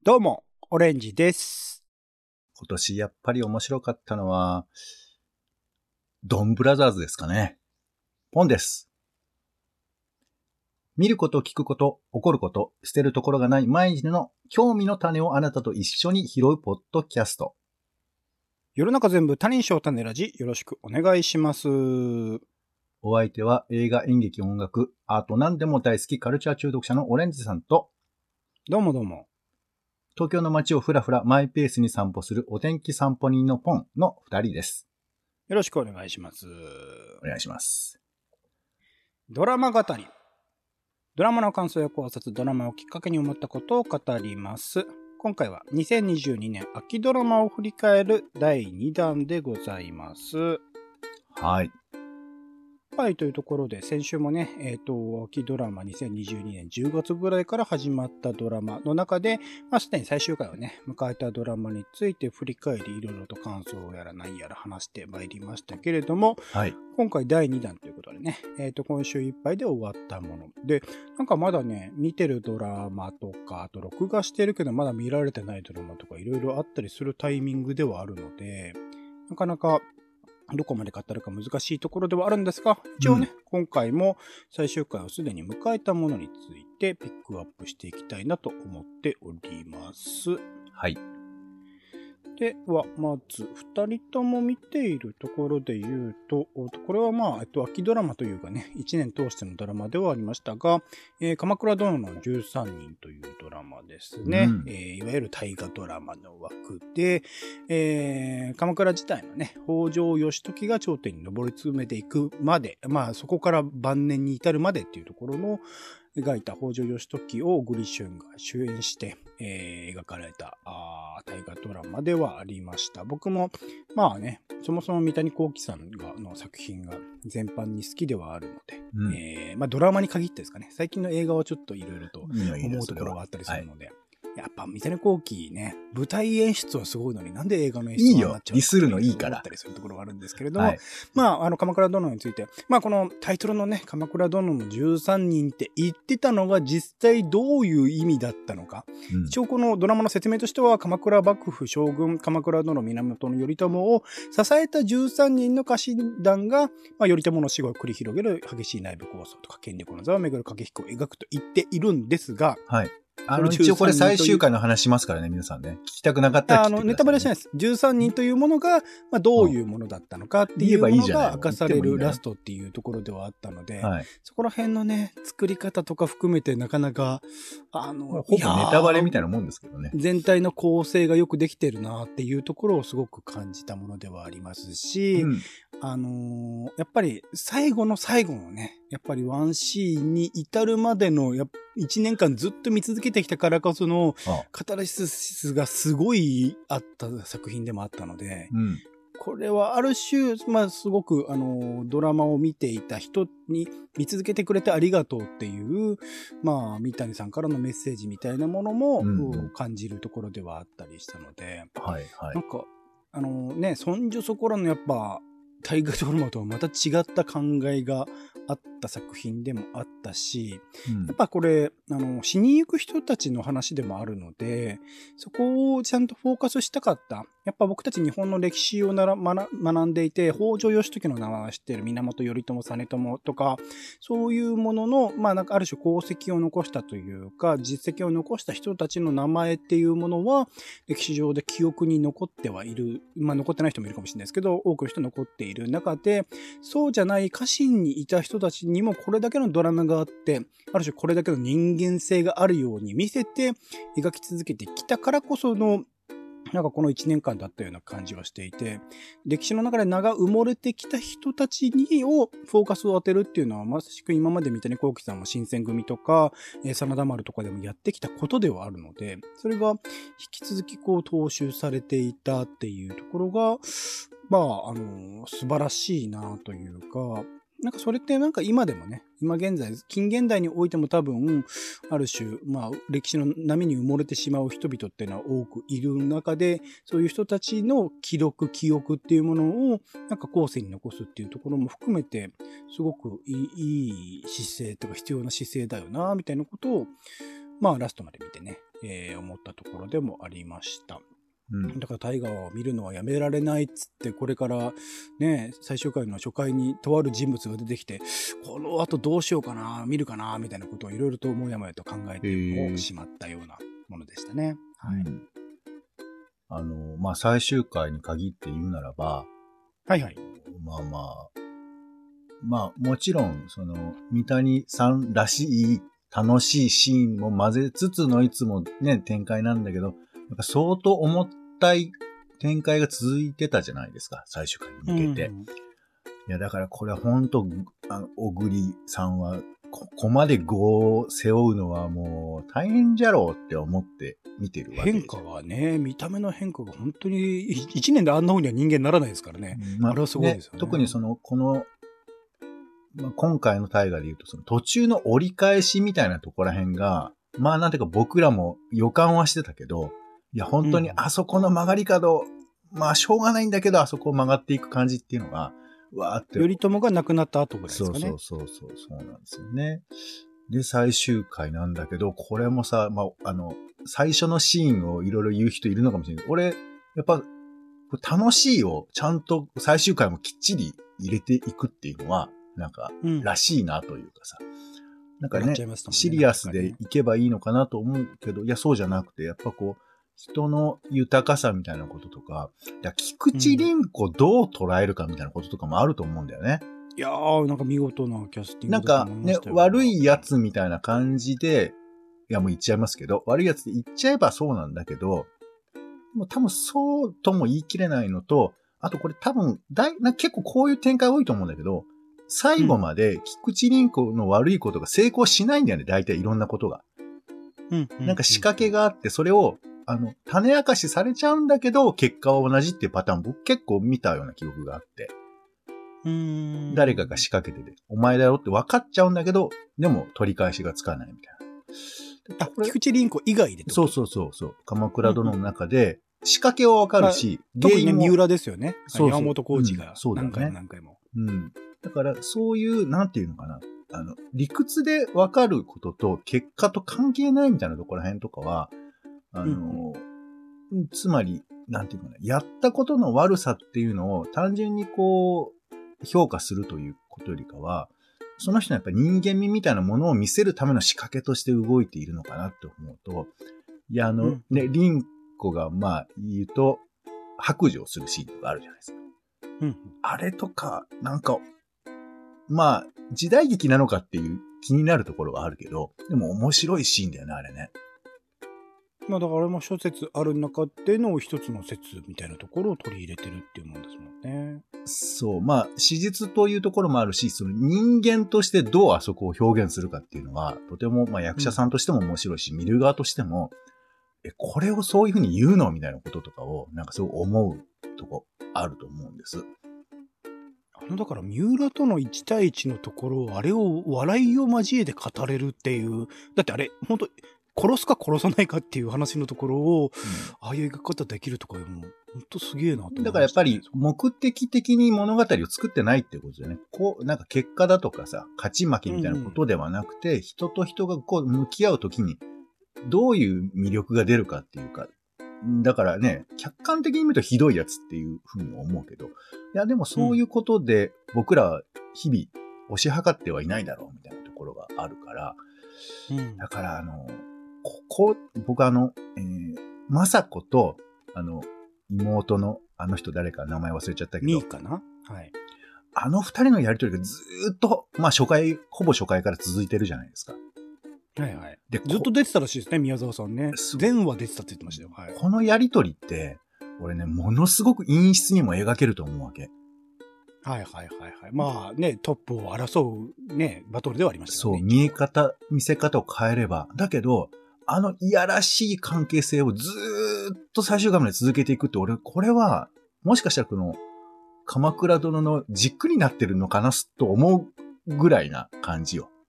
どうも、オレンジです。 今年やっぱり面白かったのは、ドンブラザーズですかね。ポンです。見ること、聞くこと、起こること、捨てるところがない毎日の興味の種をあなたと一緒に拾うポッドキャスト。 世の中全部他人賞種ラジ、よろしくお願いします。 お相手は映画、演劇、音楽、アート何でも大好きカルチャー中毒者のオレンジさんと、 どうもどうも。 東京の街をふらふらマイペースに散歩するお天気散歩人のポンの二人です。 よろしくお願いします。 お願いします。 ドラマ語り。ドラマの感想や考察、ドラマをきっかけに思ったことを語ります。今回は2022年秋ドラマを振り返る第2弾でございます。 はい。 はい、というところで、先週もね、秋ドラマ2022年10月ぐらいから始まったドラマの中で、すでに最終回をね、迎えたドラマについて振り返り、いろいろと感想をやら何やら話してまいりましたけれども、 はい。 今回第2弾ということでね、今週いっぱいで終わったもの。で、なんかまだね、見てるドラマとか、あと録画してるけどまだ見られてないドラマとかいろいろあったりするタイミングではあるので、なかなかどこまで語るか難しいところではあるんですが、一応ね、今回も最終回をすでに迎えたものについてピックアップしていきたいなと思っております。 はい。 では、まず、二人とも見ているところで言うと、これは秋ドラマというかね、一年通してのドラマではありましたが、鎌倉殿の13人というドラマですね。いわゆる大河ドラマの枠で、鎌倉時代のね、北条義時が頂点に上り詰めていくまで、そこから晩年に至るまでっていうところの、描いた北条義時を小栗旬が主演して、描かれた大河ドラマではありました。僕もそもそも三谷幸喜さんの作品が全般に好きではあるので、ドラマに限ってですかね、最近の映画はちょっといろいろと思うところがあったりするので、やっぱ三谷幸喜ね、舞台演出はすごいのになんで映画の演出はなっちゃうのかいいよ、ディスるのいいから。 思ったりするところがあるんですけれども、鎌倉殿について、このタイトルのね、鎌倉殿の13人って言ってたのが実際どういう意味だったのか。一応このドラマの説明としては、鎌倉幕府将軍、鎌倉殿源頼朝を支えた13人の家臣団が、頼朝の死後を繰り広げる激しい内部抗争とか権力の座をめぐる駆け引きを描くと言っているんですが、 はい。一応これ最終回の話しますからね、皆さんね。聞きたくなかったら聞いてください、ね。 ネタバレしないです。13人というものが、どういうものだったのかっていうものが明かされるラストっていうところではあったので、そこら辺のね、作り方とか含めてなかなか、 ほぼネタバレみたいなもんですけどね。 全体の構成がよくできてるなっていうところをすごく感じたものではありますし、やっぱり最後の最後のね、やっぱりワンシーンに至るまでの1年間ずっと見続けてきたからこそのカタルシスがすごいあった作品でもあったので、これはある種、すごくドラマを見ていた人に見続けてくれてありがとうっていう、三谷さんからのメッセージみたいなものも感じるところではあったりしたので、なんか、そんじょそこらのやっぱ、大河ドラマとはまた違った考えがあった作品でもあったし、やっぱこれ、死にゆく人たちの話でもあるので、そこをちゃんとフォーカスしたかった。やっぱ僕たち日本の歴史を学んでいて、北条義時の名前を知っている源頼朝、実朝とか、そういうものの、ある種功績を残したというか、実績を残した人たちの名前っていうものは、歴史上で記憶に残ってはいる。残ってない人もいるかもしれないですけど、多くの人残っている中で、そうじゃない家臣にいた人たちにもこれだけのドラマがあって、ある種これだけの人間性があるように見せて描き続けてきたからこその、この1年間だったような感じはしていて、歴史の中で名が埋もれてきた人たちをフォーカスを当てるっていうのは、まさしく今まで三谷幸喜さんも新選組とか、真田丸とかでもやってきたことではあるので、それが引き続き踏襲されていたっていうところが、素晴らしいなというか、それって今でもね、今現在、近現代においても多分、ある種、歴史の波に埋もれてしまう人々っていうのは多くいる中で、そういう人たちの記録、記憶っていうものを、後世に残すっていうところも含めて、すごくいい姿勢とか必要な姿勢だよな、みたいなことを、ラストまで見てね、 思ったところでもありました。 うん。 だから大河を見るのはやめられないっつって、これからね、最終回の初回にとある人物が出てきて、この後どうしようかな、見るかな、みたいなことをいろいろともやもやと考えてもしまったようなものでしたね。はい。 まあ、最終回に限って言うならば、 はいはい。 まあ、もちろん、三谷さんらしい楽しいシーンも混ぜつつのいつもね、展開なんだけど、やっぱ相当重たい展開が続いてたじゃないですか、最終回に向けて。いや、だからこれは本当小栗さんは、ここまで業を背負うのはもう大変じゃろうって思って見てるわけです。 変化がね、見た目の変化が本当に1年であんな風には人間にならないですからね。あれはすごいですよね。 特に今回の大河で言うと、途中の折り返しみたいなところら辺が、まあなんていうか僕らも予感はしてたけど、いや本当にあそこの曲がり角、まあしょうがないんだけど、あそこを曲がっていく感じっていうのが、わーって。 頼朝が亡くなった後ぐらいですかね。 そうなんですよね。で、最終回なんだけど、これもさ、まあ、最初のシーンをいろいろ言う人いるのかもしれない。俺、やっぱ、楽しいをちゃんと最終回もきっちり入れていくっていうのは、なんか、らしいなというかさ。なんかね、シリアスでいけばいいのかなと思うけど、いや、そうじゃなくて、やっぱ人の豊かさみたいなこととか、菊池凛子どう捉えるかみたいなこととかもあると思うんだよね。 いやー、なんか見事なキャスティングなんかね、悪いやつみたいな感じで、いやもう言っちゃいますけど、悪いやつで言っちゃえばそうなんだけど、でも多分そうとも言い切れないのと、あとこれ多分、結構こういう展開多いと思うんだけど、最後まで菊池凛子の悪いことが成功しないんだよね、大体いろんなことが。なんか仕掛けがあって、それを、種明かしされちゃうんだけど、結果は同じっていうパターン僕結構見たような記憶があって。誰かが仕掛けてて、お前だよって分かっちゃうんだけど、でも取り返しがつかないみたいな。菊池凛子以外でそう。鎌倉殿の中で、仕掛けは分かるし、 特にね、三浦ですよね。 そう山本浩二が何回も何回も。 だから、そういう、なんていうのかな。理屈で分かることと結果と関係ないみたいなところら辺とかは、つまり、なんていうかな、やったことの悪さっていうのを単純に評価するということよりかは、その人のやっぱ人間味みたいなものを見せるための仕掛けとして動いているのかなって思うと、いや、凛子が言うと、白状するシーンとかあるじゃないですか。あれとか、なんか、時代劇なのかっていう気になるところはあるけど、でも面白いシーンだよね、あれね。 だからあれも諸説ある中での一つの説みたいなところを取り入れてるっていうもんですもんね。 そう。史実というところもあるし、その人間としてどうあそこを表現するかっていうのは、とても役者さんとしても面白いし、見る側としても、これをそういうふうに言うのみたいなこととかを、なんかそう思うとこあると思うんです。 だから三浦との1対1のところを、あれを笑いを交えて語れるっていう、だってあれ、本当殺すか殺さないかっていう話のところを、ああいう描き方できるとか、もう、本当すげえなと思いましたね。 だからやっぱり、目的的に物語を作ってないってことだよね。なんか結果だとかさ、勝ち負けみたいなことではなくて、人と人が向き合うときに、どういう魅力が出るかっていうか、だからね、客観的に見るとひどいやつっていうふうに思うけど、いやでもそういうことで僕らは日々推し量ってはいないだろうみたいなところがあるから、だから僕政子と妹の人誰か名前忘れちゃったけど。 ミーかな？はい。 あの二人のやりとりがずーっと、ほぼ初回から続いてるじゃないですか。 はいはい。で、ずっと出てたらしいですね、宮沢さんね。前話出てたって言ってましたよ。はい。 このやりとりって、俺ね、ものすごく陰湿にも描けると思うわけ。 はい。トップを争うね、バトルではありましたよね。 そう、見せ方を変えれば。だけど、いやらしい関係性をずーっと最終回まで続けていくって、これは、もしかしたら鎌倉殿の軸になってるのかなと思うぐらいな感じよ。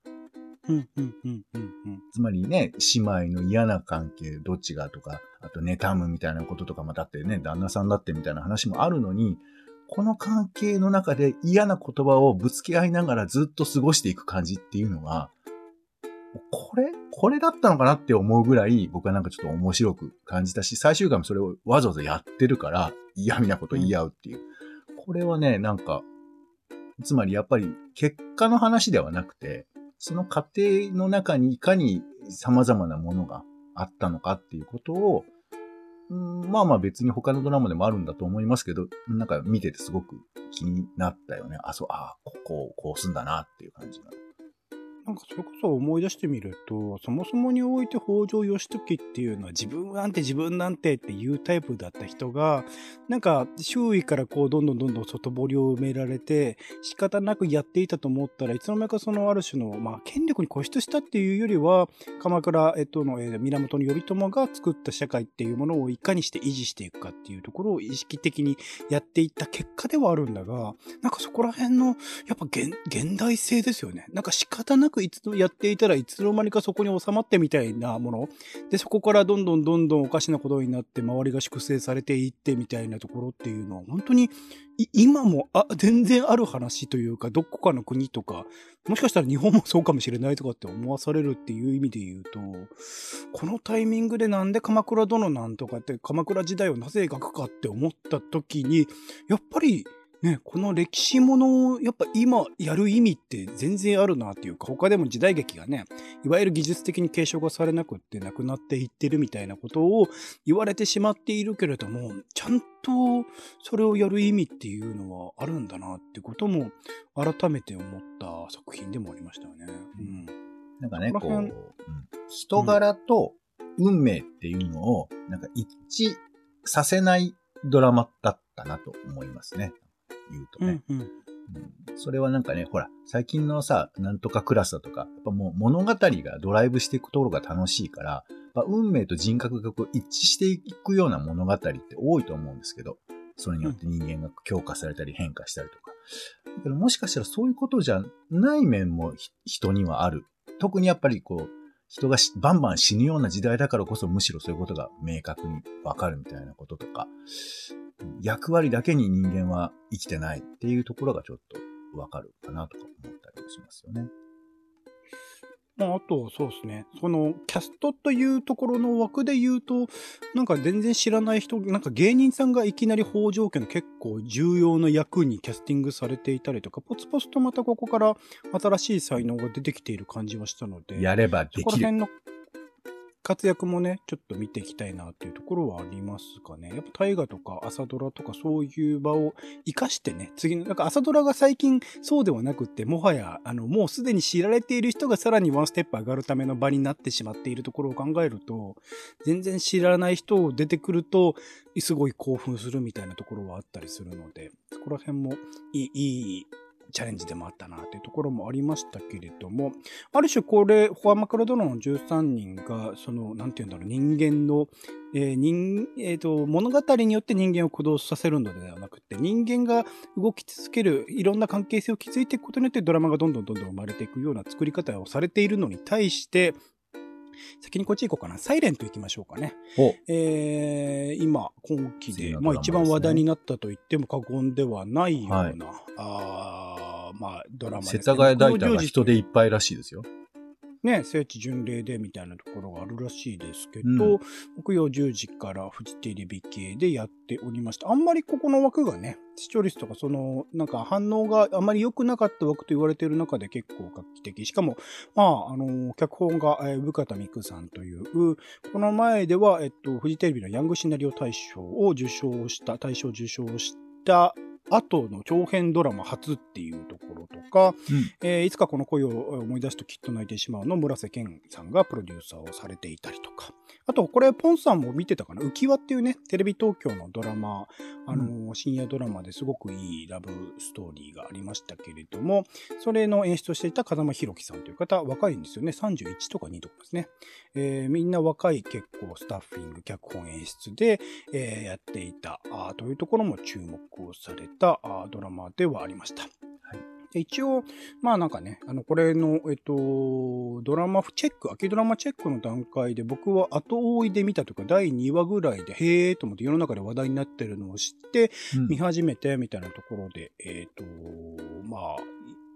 つまりね、姉妹の嫌な関係、どっちがとか、あと妬むみたいなこととかもだってね、旦那さんだってみたいな話もあるのに、この関係の中で嫌な言葉をぶつけ合いながらずっと過ごしていく感じっていうのは、ここれだったのかなって思うぐらい、僕はなんかちょっと面白く感じたし、最終回もそれをわざわざやってるから、嫌味なこと言い合うっていう。これはね、なんか、つまりやっぱり結果の話ではなくて、その過程の中にいかに様々なものがあったのかっていうことを、まあまあ別に他のドラマでもあるんだと思いますけど、なんか見ててすごく気になったよね。こうすんだなっていう感じが。 なんかそれこそ思い出してみると、そもそもにおいて北条義時っていうのは自分なんてっていうタイプだった人が、なんか周囲からこうどんどん外堀を埋められて仕方なくやっていたと思ったらいつの間にかそのある種の、権力に固執したっていうよりは、鎌倉の源頼朝が作った社会っていうものをいかにして維持していくかっていうところを意識的にやっていった結果ではあるんだが、なんかそこら辺のやっぱ現代性ですよね。なんか仕方なくいつもやっていたらいつの間にかそこに収まってみたいなもので、そこからどんどんおかしなことになって周りが粛清されていってみたいなところっていうのは本当に今も全然ある話というか、どこかの国とかもしかしたら日本もそうかもしれないとかって思わされるっていう意味で言うと、このタイミングでなんで鎌倉殿なんとかって鎌倉時代をなぜ描くかって思った時に、やっぱりね、この歴史ものをやっぱ今やる意味って全然あるなっていうか、他でも時代劇がね、いわゆる技術的に継承がされなくってなくなっていってるみたいなことを言われてしまっているけれども、ちゃんとそれをやる意味っていうのはあるんだなってことも改めて思った作品でもありましたよね。 なんかね、人柄と運命っていうのをなんか一致させないドラマだったなと思いますね。言うとね、それはなんかね、ほら、最近のさ、なんとかクラスだとか、やっぱもう物語がドライブしていくところが楽しいから、運命と人格がこう一致していくような物語って多いと思うんですけど、それによって人間が強化されたり変化したりとか。だけどもしかしたらそういうことじゃない面も人にはある。特にやっぱりこう、人がバンバン死ぬような時代だからこそむしろそういうことが明確にわかるみたいなこととか、役割だけに人間は生きてないっていうところがちょっとわかるかなとか思ったりもしますよね。 あと、そうですね。その、キャストというところの枠で言うと、なんか全然知らない人、なんか芸人さんがいきなり北条家の結構重要な役にキャスティングされていたりとか、ポツポツとまたここから新しい才能が出てきている感じはしたので、 やればできる。 そこら辺の活躍もね、ちょっと見ていきたいなっていうところはありますかね。やっぱ大河とか朝ドラとかそういう場を活かしてね、次の、なんか朝ドラが最近そうではなくって、もはや、もうすでに知られている人がさらにワンステップ上がるための場になってしまっているところを考えると、全然知らない人を出てくると、すごい興奮するみたいなところはあったりするので、そこら辺もいいチャレンジでもあったなというところもありましたけれども、ある種これ、鎌倉殿の13人が、その、なんていうんだろう、人間の、物語によって人間を駆動させるのではなくて、人間が動き続ける、いろんな関係性を築いていくことによってドラマがどんどん生まれていくような作り方をされているのに対して、先にこっち行こうかな。サイレント行きましょうかね。今期で、一番話題になったと言っても過言ではないような、ドラマですね。 世田谷大田が人でいっぱいらしいですよ。 ね、聖地巡礼でみたいなところがあるらしいですけど、木曜10時からフジテレビ系でやっておりました。あんまりここの枠がね、視聴率とかその、なんか反応があまり良くなかった枠と言われている中で結構画期的。しかも、脚本が、生方美久さんという、この前では、フジテレビのヤングシナリオ大賞を受賞した、後の長編ドラマ初っていうところとか、いつかこの恋を思い出すときっと泣いてしまうの村瀬健さんがプロデューサーをされていたりとか、あとこれポンさんも見てたかな、浮輪っていうね、テレビ東京のドラマ、深夜ドラマですごくいいラブストーリーがありましたけれども、それの演出をしていた風間博樹さんという方、若いんですよね。31とか2とかですね。みんな若い結構スタッフィング、脚本演出で、やっていたというところも注目をされたドラマではありました。一応、なんかね、これの、ドラマチェック、秋ドラマチェックの段階で僕は後追いで見たというか、第2話ぐらいで、へーと思って世の中で話題になってるのを知って、見始めて、みたいなところで、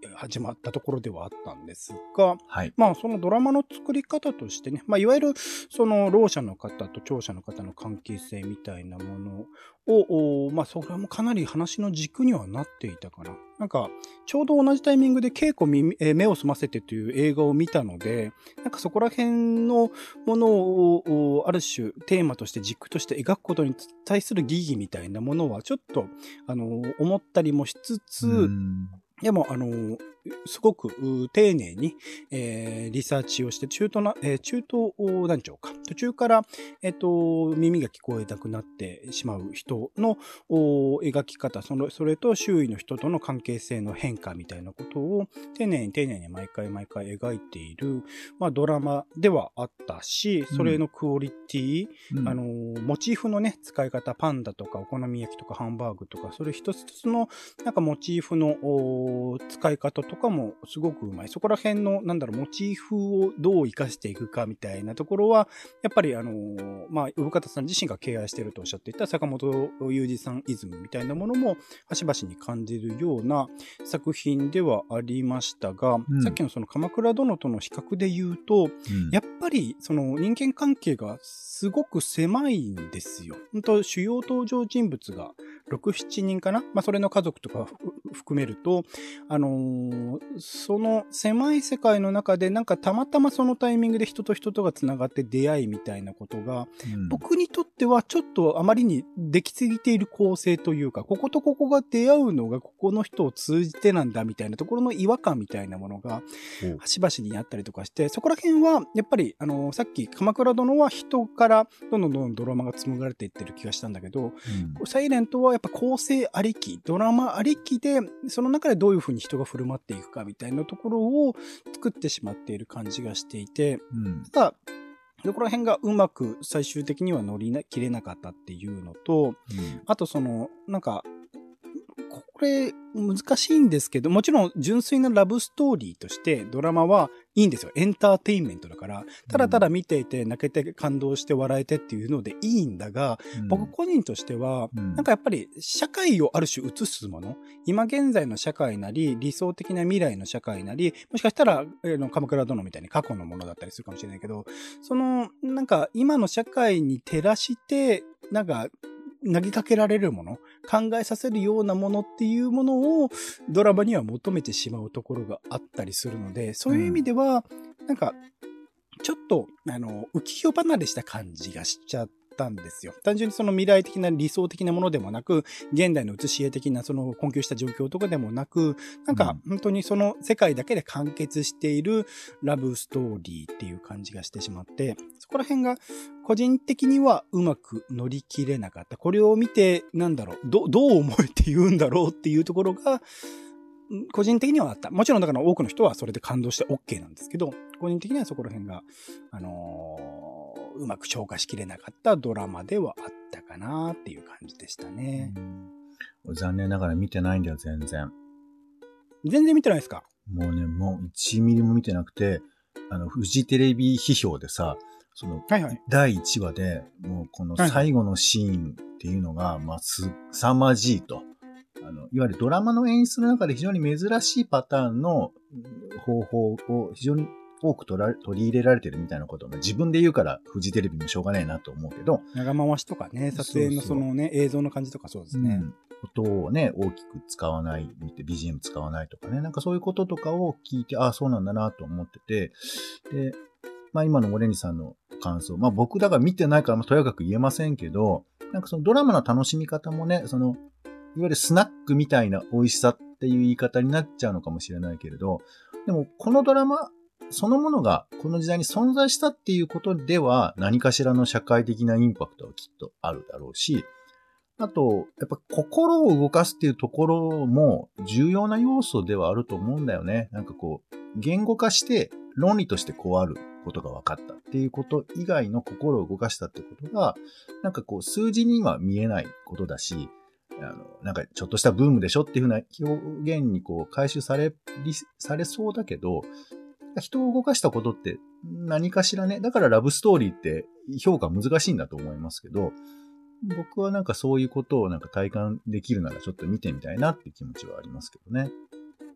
始まったところではあったんですが、 はい。 まあそのドラマの作り方としてね、まあいわゆるそのろう者の方と聴者の方の関係性みたいなものを、まあそれもかなり話の軸にはなっていたかな。なんか、ちょうど同じタイミングで稽古目を澄ませてという映画を見たので、なんかそこら辺のものをある種テーマとして軸として描くことに対する疑義みたいなものはちょっと、思ったりもしつつ、でも、すごく丁寧に、リサーチをして、中途団長か。途中から、耳が聞こえなくなってしまう人の描き方、それと周囲の人との関係性の変化みたいなことを丁寧に毎回描いている、まあ、ドラマではあったし、それのクオリティ、モチーフのね、使い方、パンダとかお好み焼きとかハンバーグとか、それ一つ一つのなんかモチーフの使い方とかもすごくうまい。そこら辺の、モチーフをどう活かしていくかみたいなところは、やっぱりまあ、産方さん自身が敬愛しているとおっしゃっていた坂本雄二さんイズムみたいなものも、端々に感じるような作品ではありましたが、さっきのその鎌倉殿との比較で言うと、やっぱりその人間関係がすごく狭いんですよ。本当主要登場人物が6、7人かな、まあ、それの家族とか含めると、その狭い世界の中でなんかたまたまそのタイミングで人と人とがつながって出会いみたいなことが、僕にとってはちょっとあまりにできすぎている構成というか、こことここが出会うのがここの人を通じてなんだみたいなところの違和感みたいなものが端々にあったりとかして、そこら辺はやっぱりさっき鎌倉殿は人からどんどんドラマが紡がれていってる気がしたんだけど、サイレントはやっぱ構成ありき、ドラマありきで、その中でどういうふうに人が振る舞っていくかみたいなところを作ってしまっている感じがしていて、ただ、どこら辺がうまく最終的には乗り切れなかったっていうのと、あとなんか、これ難しいんですけど、もちろん純粋なラブストーリーとしてドラマはいいんですよ。エンターテインメントだから、ただただ見ていて泣けて感動して笑えてっていうのでいいんだが、僕個人としては、なんかやっぱり社会をある種映すもの、今現在の社会なり、理想的な未来の社会なり、もしかしたら、鎌倉殿みたいに過去のものだったりするかもしれないけど、なんか今の社会に照らして、なんか、投げかけられるもの、考えさせるようなものっていうものをドラマには求めてしまうところがあったりするので、そういう意味では、なんか、ちょっと、浮世離れした感じがしちゃったんですよ。単純にその未来的な理想的なものでもなく、現代の写し絵的なその困窮した状況とかでもなく、なんか本当にその世界だけで完結しているラブストーリーっていう感じがしてしまって、そこら辺が個人的にはうまく乗り切れなかった。これを見て、どう思えて言うんだろうっていうところが、個人的にはあった。もちろんだから多くの人はそれで感動して OK なんですけど、個人的にはそこら辺が、うまく消化しきれなかったドラマではあったかなっていう感じでしたね。 残念ながら見てないんだよ、全然。 全然見てないですか？ もうね、もう1ミリも見てなくて、フジテレビ批評でさ、第1話で、もうこの最後のシーンっていうのが、まあ、凄まじいと。いわゆるドラマの演出の中で非常に珍しいパターンの方法を非常に多く取り入れられてるみたいなことを自分で言うからフジテレビもしょうがないなと思うけど。 長回しとかね、撮影のそのね、映像の感じとかそうですね。 音をね、大きく使わない、BGM 使わないとかね、なんかそういうこととかを聞いて、ああ、そうなんだなと思ってて、で、まあ今のオレンジさんの感想、まあ僕だから見てないからとやかく言えませんけど、なんかそのドラマの楽しみ方もね、いわゆるスナックみたいな美味しさっていう言い方になっちゃうのかもしれないけれど、でもこのドラマそのものがこの時代に存在したっていうことでは何かしらの社会的なインパクトはきっとあるだろうし、あと、やっぱ心を動かすっていうところも重要な要素ではあると思うんだよね。なんかこう、言語化して論理としてこうあることが分かったっていうこと以外の心を動かしたってことが、なんかこう数字には見えないことだし、なんかちょっとしたブームでしょっていうふうな表現にこう回収されそうだけど、人を動かしたことって何かしらね、だからラブストーリーって評価難しいんだと思いますけど、僕はなんかそういうことをなんか体感できるならちょっと見てみたいなって気持ちはありますけどね。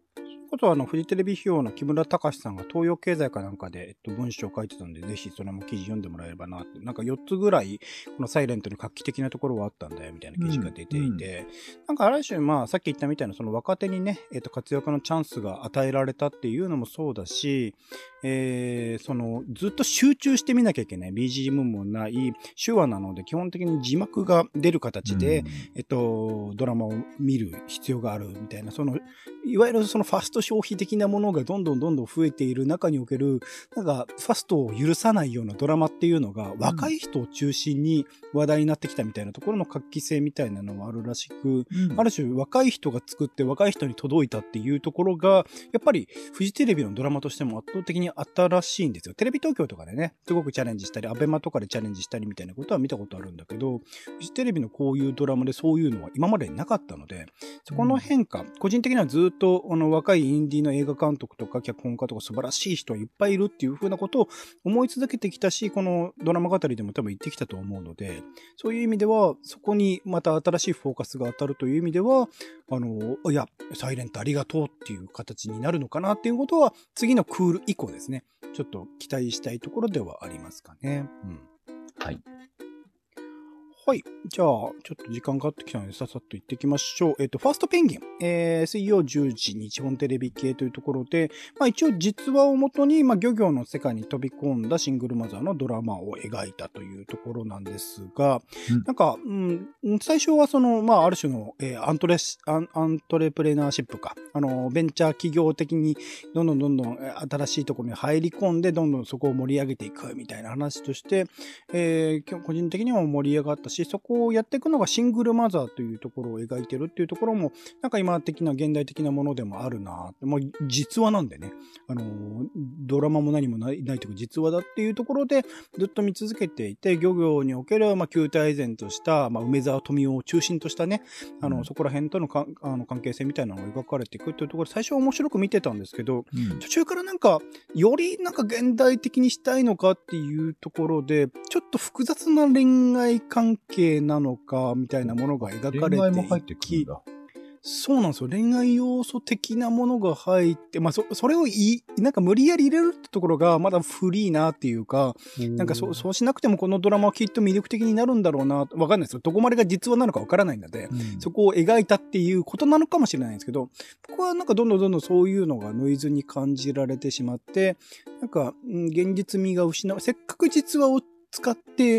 ことはフジテレビ批評の木村隆さんが東洋経済かなんかで、文章を書いてたんで、ぜひそれも記事読んでもらえればなって。なんか4つぐらい、このサイレントに画期的なところはあったんだよ、みたいな記事が出ていて、なんかある種、まあ、さっき言ったみたいな、その若手にね、活躍のチャンスが与えられたっていうのもそうだし、その、ずっと集中して見なきゃいけない。BGM もない、手話なので、基本的に字幕が出る形で、ドラマを見る必要があるみたいな、その、いわゆるそのファスト消費的なものがどんどん増えている中における、なんか、ファストを許さないようなドラマっていうのが、若い人を中心に話題になってきたみたいなところの画期性みたいなのはあるらしく、ある種若い人が作って若い人に届いたっていうところが、やっぱりフジテレビのドラマとしても圧倒的に新しいんですよ。テレビ東京とかでね、すごくチャレンジしたり、アベマとかでチャレンジしたりみたいなことは見たことあるんだけど、フジテレビのこういうドラマでそういうのは今までなかったので、そこの変化、個人的にはずっと若いインディーの映画監督とか脚本家とか素晴らしい人はいっぱいいるっていう風なことを思い続けてきたし、このドラマ語りでも多分言ってきたと思うので、そういう意味では、そこにまた新しいフォーカスが当たるという意味では、いや、サイレントありがとうっていう形になるのかなっていうことは、次のクール以降ですね。ちょっと期待したいところではありますかね。 はい。 はい。じゃあ、ちょっと時間がかかってきたので、さっさと行ってきましょう。ファーストペンギン。水曜10時、日本テレビ系というところで、まあ一応実話をもとに、まあ漁業の世界に飛び込んだシングルマザーのドラマを描いたというところなんですが、なんか、最初はその、まあある種の、アントレプレナーシップか。ベンチャー企業的にどんどん新しいところに入り込んで、どんどんそこを盛り上げていくみたいな話として、個人的には盛り上がったし、そこをやっていくのがシングルマザーというところを描いてるっていうところも、なんか今的な現代的なものでもあるな。まあ、実話なんでね、ドラマも何もないというか実話だっていうところでずっと見続けていて、漁業における、まあ、旧態依然とした、まあ、梅沢富美男を中心としたね、そこら辺との関係性みたいなのが描かれていくっていうところで、最初は面白く見てたんですけど、途中からなんか、よりなんか現代的にしたいのかっていうところで、ちょっと複雑な恋愛関係なのかみたいなものが描かれていき、 恋愛も入ってくるんだ。 そうなんですよ。恋愛要素的なものが入って、まあ、それをなんか無理やり入れるってところがまだフリーなっていうか、なんかそうしなくてもこのドラマはきっと魅力的になるんだろうな、わかんないですよ。どこまでが実話なのかわからないので、そこを描いたっていうことなのかもしれないんですけど、僕はなんかどんどんそういうのがノイズに感じられてしまって、なんか、現実味が失う。せっかく実話を使って、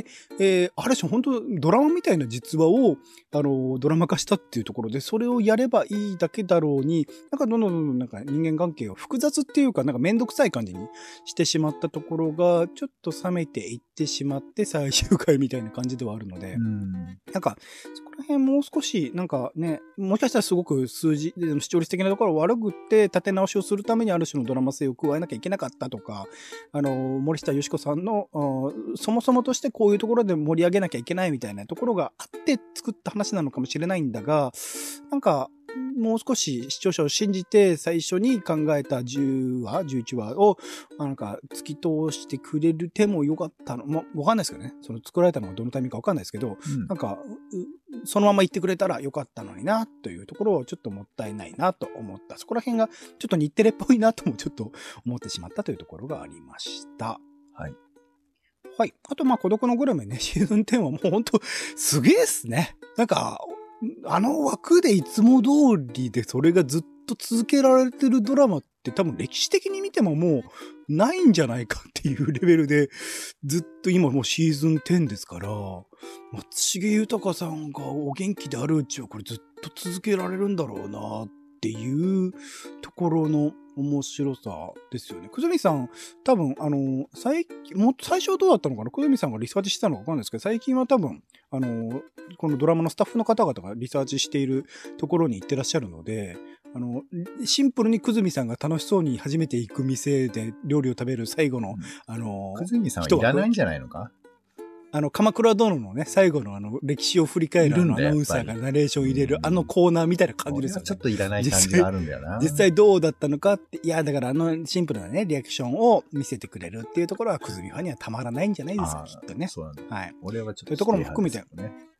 ある種本当ドラマみたいな実話を、ドラマ化したっていうところで、それをやればいいだけだろうに、なんかどんどんなんか人間関係を複雑っていうか、なんかめんどくさい感じにしてしまったところが、ちょっと冷めていってしまって最終回みたいな感じではあるので、なんか、そこら辺もう少し、なんかね、もしかしたらすごく視聴率的なところを悪くって立て直しをするためにある種のドラマ性を加えなきゃいけなかったとか、森下佳子さんの、そもそもとしてこういうところで盛り上げなきゃいけないみたいなところがあって作った話なのかもしれないんだが、なんか、もう少し視聴者を信じて最初に考えた10話、11話をなんか突き通してくれる手もよかったの。まあ、わかんないですけどね。その作られたのがどのタイミングかわかんないですけど、なんか、そのまま言ってくれたらよかったのにな、というところをちょっともったいないなと思った。そこら辺がちょっと日テレっぽいなともちょっと思ってしまったというところがありました。 はい。 はい。あと、ま、孤独のグルメね、シーズン10はもうほんと、すげえっすね。なんか、枠でいつも通りでそれがずっと続けられてるドラマって多分歴史的に見てももうないんじゃないかっていうレベルで、ずっと今もうシーズン10ですから、松重豊さんがお元気であるうちはこれずっと続けられるんだろうなっていうところの面白さですよね。くずみさん、多分、最初はどうだったのかな、くずみさんがリサーチしてたのかわかんないですけど、最近は多分、このドラマのスタッフの方々がリサーチしているところに行ってらっしゃるので、シンプルにくずみさんが楽しそうに初めて行く店で料理を食べる最後の、 くずみさんはいらないんじゃないのか？ 鎌倉殿のね、最後の歴史を振り返るアナウンサーがナレーションを入れるコーナーみたいな感じですよね。 ちょっといらない感じがあるんだよな。 実際どうだったのかって、いや、だからシンプルなね、リアクションを見せてくれるっていうところは、くずみファンにはたまらないんじゃないですか、きっとね。 そうなんだ。 はい。 俺はちょっと、 というところも含めて。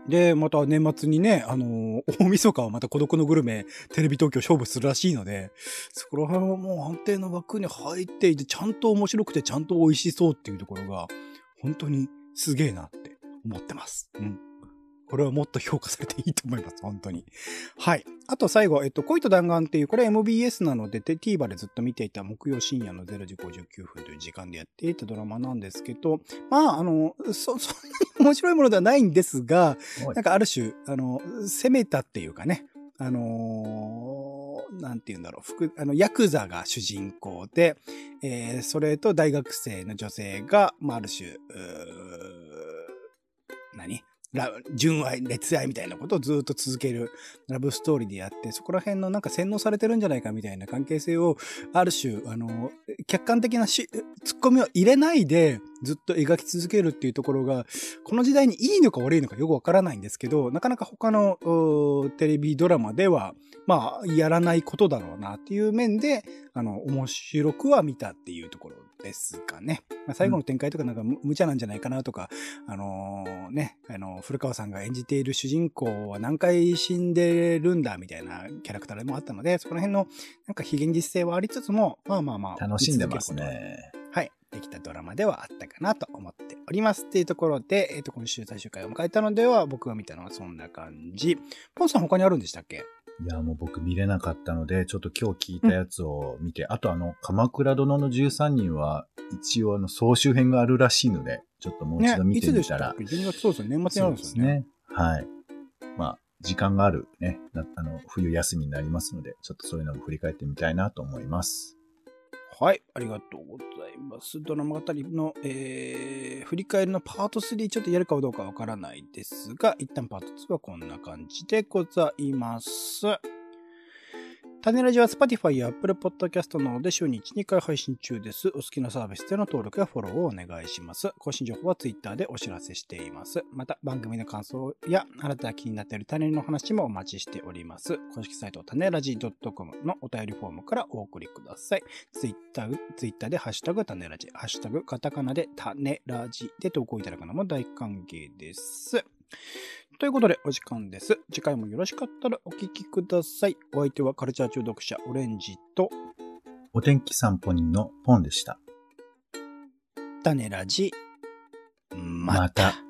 で、また年末にね、大晦日はまた孤独のグルメ、テレビ東京勝負するらしいので、そこら辺はもう安定の枠に入っていて、ちゃんと面白くて、ちゃんと美味しそうっていうところが、本当にすげえなって思ってます。うん。これはもっと評価されていいと思います。本当に。はい。あと最後、恋と弾丸っていう、これ MBS なので、TVer でずっと見ていた木曜深夜の0時59分という時間でやっていたドラマなんですけど、まあ、そんなに面白いものではないんですが、なんかある種、攻めたっていうかね、なんて言うんだろう、ヤクザが主人公で、それと大学生の女性が、まあ、ある種、純愛、熱愛みたいなことをずっと続けるラブストーリーでやって、そこら辺のなんか洗脳されてるんじゃないかみたいな関係性を、ある種、客観的なツッコミを入れないで、ずっと描き続けるっていうところが、この時代にいいのか悪いのかよくわからないんですけど、なかなか他のテレビドラマでは、まあ、やらないことだろうなっていう面で、面白くは見たっていうところですかね。まあ、最後の展開とかなんか無茶なんじゃないかなとか、古川さんが演じている主人公は何回死んでるんだみたいなキャラクターでもあったので、そこら辺のなんか非現実性はありつつも、まあ、 楽しんでますね。 はい。できたドラマではあったかなと思っております。っていうところで、今週最終回を迎えたのでは、僕が見たのはそんな感じ。ポンさん他にあるんでしたっけ？ いや、もう僕見れなかったので、ちょっと今日聞いたやつを見て、あと鎌倉殿の13人は、一応総集編があるらしいので、ちょっともう一度見てみたら。 ね、いつでしたっけ？12月そうですね。年末にあるんですよね。 はい。まあ、時間があるね、冬休みになりますので、ちょっとそういうのを振り返ってみたいなと思います。 はい、ありがとうございます。ドラマ語りの、振り返りのパート3ちょっとやるかどうかわからないですが、一旦パート2はこんな感じでございます。種ラジは Spotify や Apple Podcast などで週に 1,2 回配信中です。お好きなサービスでの登録やフォローをお願いします。更新情報は Twitter でお知らせしています。また番組の感想やあなたが気になっている種の話もお待ちしております。公式サイト種ラジ .com のお便りフォームからお送りください。Twitter でハッシュタグ種ラジ、ハッシュタグカタカナで種ラジで投稿いただくのも大歓迎です。ということでお時間です。次回もよろしかったらお聞きください。お相手はカルチャー中毒者オレンジとお天気散歩人のポンでした。 種ラジまた。